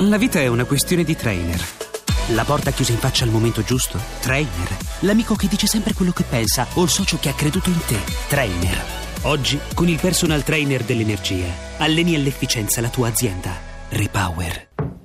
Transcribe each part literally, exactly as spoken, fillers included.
La vita è una questione di trainer. La porta chiusa in faccia al momento giusto? Trainer. L'amico che dice sempre quello che pensa o il socio che ha creduto in te? Trainer. Oggi, con il personal trainer dell'energia, alleni all'efficienza la tua azienda. Repower.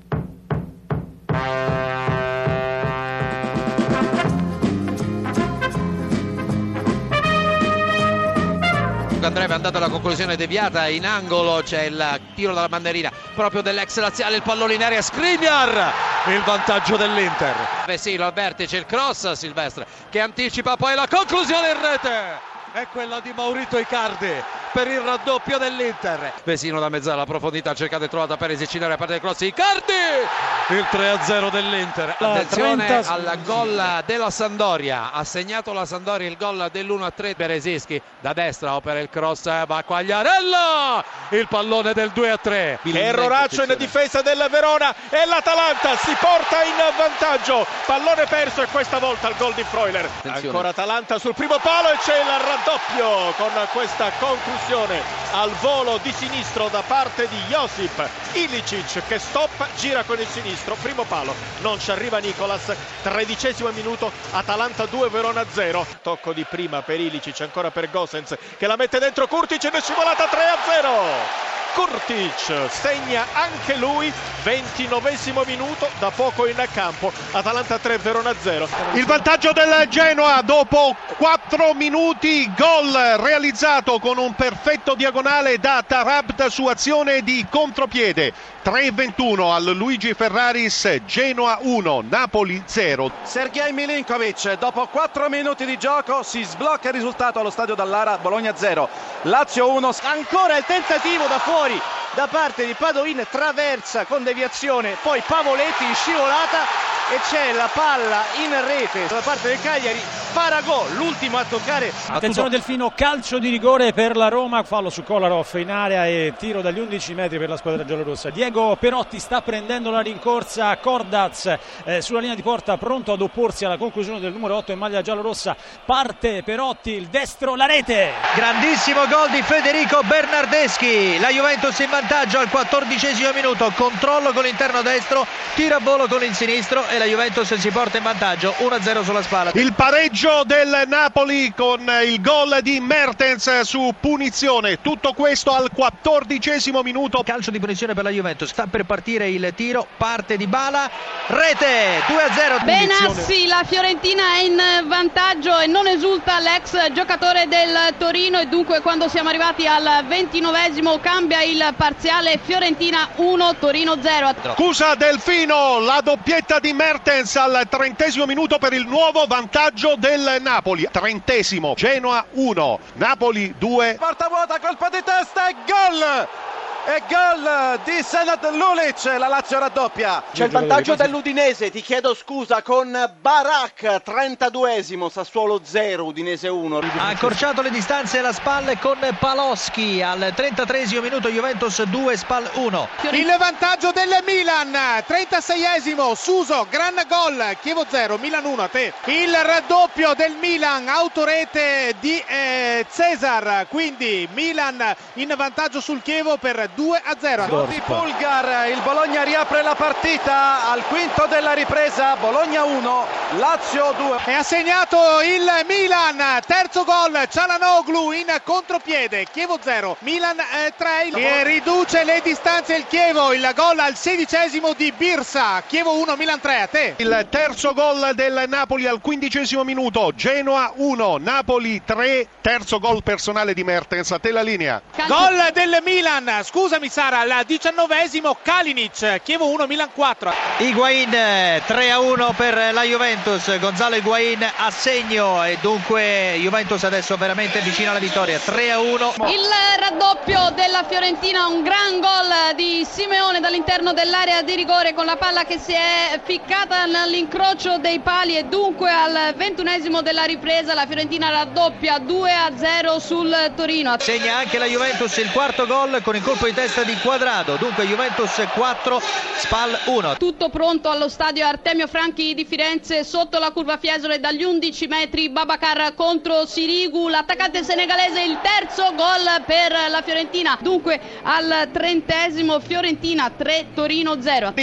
Andrea è andato alla conclusione deviata, in angolo c'è il tiro dalla bandierina proprio dell'ex laziale, il pallone in area, Skriniar, il vantaggio dell'Inter. Vesino al vertice, il cross, Silvestre che anticipa, poi la conclusione in rete è quella di Maurito Icardi per il raddoppio dell'Inter. Vesino da mezzala, profondità cercata e trovata per esercitare a parte del cross, Icardi, il tre a zero dell'Inter. Attenzione trenta... al gol della Sampdoria, ha segnato la Sampdoria il gol dell'uno a tre. Beresischi da destra opera il cross, va Quagliarella, il pallone del due a tre. Erroraccio in difesa del Verona e l'Atalanta si porta in vantaggio, pallone perso e questa volta il gol di Freuler. Attenzione. Ancora Atalanta sul primo palo e c'è il raddoppio con questa conclusione al volo di sinistro da parte di Josip Ilicic che stop, gira con il sinistro, primo palo, non ci arriva Nicolas. Tredicesimo minuto, Atalanta due, Verona zero. Tocco di prima per Ilicic, ancora per Gosens che la mette dentro Kurtic ed è scivolata tre a zero. Kurtic segna anche lui, ventinovesimo minuto, da poco in campo. Atalanta tre, Verona zero. Il vantaggio del Genoa dopo quattro minuti, gol realizzato con un perfetto diagonale da Tarabd su azione di contropiede. tre ventuno al Luigi Ferraris, Genoa uno, Napoli zero. Sergej Milinkovic dopo quattro minuti di gioco si sblocca il risultato allo stadio Dallara, Bologna zero, Lazio uno. Ancora il tentativo da fuori da parte di Padoin, traversa con deviazione, poi Pavoletti in scivolata e c'è la palla in rete da parte del Cagliari. Paragò, l'ultimo a toccare. Attenzione Delfino, calcio di rigore per la Roma, fallo su Kolarov in area e tiro dagli undici metri per la squadra giallorossa. Diego Perotti sta prendendo la rincorsa, Cordaz eh, sulla linea di porta pronto ad opporsi alla conclusione del numero otto in maglia giallorossa. Parte Perotti, il destro, la rete. Grandissimo gol di Federico Bernardeschi, la Juventus in vantaggio al quattordicesimo minuto, controllo con l'interno destro, tira a volo con il sinistro e la Juventus si porta in vantaggio uno a zero sulla spalla. Il pareggio del Napoli con il gol di Mertens su punizione, tutto questo al quattordicesimo minuto. Calcio di punizione per la Juventus, sta per partire il tiro, parte Dybala, rete due a zero. Benassi, la Fiorentina è in vantaggio e non esulta l'ex giocatore del Torino e dunque quando siamo arrivati al ventinovesimo cambia il parziale, Fiorentina uno, Torino zero. Scusa Delfino, la doppietta di Mertens al trentesimo minuto per il nuovo vantaggio del Napoli. Trentesimo, Genoa uno, Napoli due. Porta vuota, colpo di testa e gol! E gol di Senad Lulic, la Lazio raddoppia. C'è il vantaggio dell'Udinese, ti chiedo scusa, con Barak, trentaduesimo, Sassuolo zero, Udinese uno. Ha accorciato le distanze alla spalle con Paloschi al trentatreesimo minuto, Juventus due, Spal uno. Il vantaggio del Milan, trentaseiesimo, Suso, gran gol, Chievo zero, Milan uno, a te. Il raddoppio del Milan, autorete di eh, Cesar, quindi Milan in vantaggio sul Chievo per due a zero. Gol di Pulgar, il Bologna riapre la partita al quinto della ripresa, Bologna uno, Lazio due. E ha segnato il Milan, terzo gol, Çalhanoğlu in contropiede, Chievo zero, Milan eh, tre. E riduce le distanze il Chievo, il gol al sedicesimo di Birsa, Chievo uno, Milan tre, a te. Il terzo gol del Napoli al quindicesimo minuto, Genoa uno, Napoli tre, terzo gol personale di Mertens, a te la linea. Gol del Milan, scusami Sara, al diciannovesimo, Kalinic, Chievo uno, Milan quattro. Higuain tre a uno per la Juventus, Gonzalo Higuain a segno e dunque Juventus adesso veramente vicino alla vittoria, tre a uno. Il raddoppio della Fiorentina, un gran gol di Simeone dall'interno dell'area di rigore con la palla che si è ficcata nell'incrocio dei pali e dunque al ventunesimo della ripresa la Fiorentina raddoppia due a zero sul Torino. Segna anche la Juventus il quarto gol con il colpo di testa di Quadrado, dunque Juventus quattro, Spal uno. Tutto pronto allo stadio Artemio Franchi di Firenze, sotto la curva Fiesole dagli undici metri, Babacar contro Sirigu, l'attaccante senegalese, il terzo gol per la Fiorentina, dunque al trentesimo Fiorentina tre, Torino zero.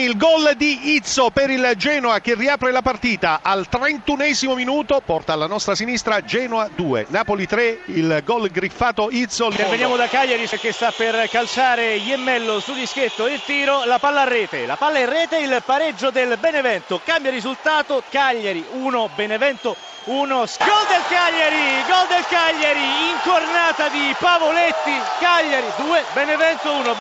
il gol di Izzo per il Genoa che riapre la partita al trentunesimo minuto, porta alla nostra sinistra Genoa due, Napoli tre, il gol griffato Izzo. Interveniamo da Cagliari che sta per calciare Iemmello su dischetto, il tiro, la palla a rete, la palla in rete, il pareggio del Benevento, cambia risultato, Cagliari uno, Benevento uno, gol del Cagliari, gol del Cagliari, incornata di Pavoletti, Cagliari due, Benevento uno.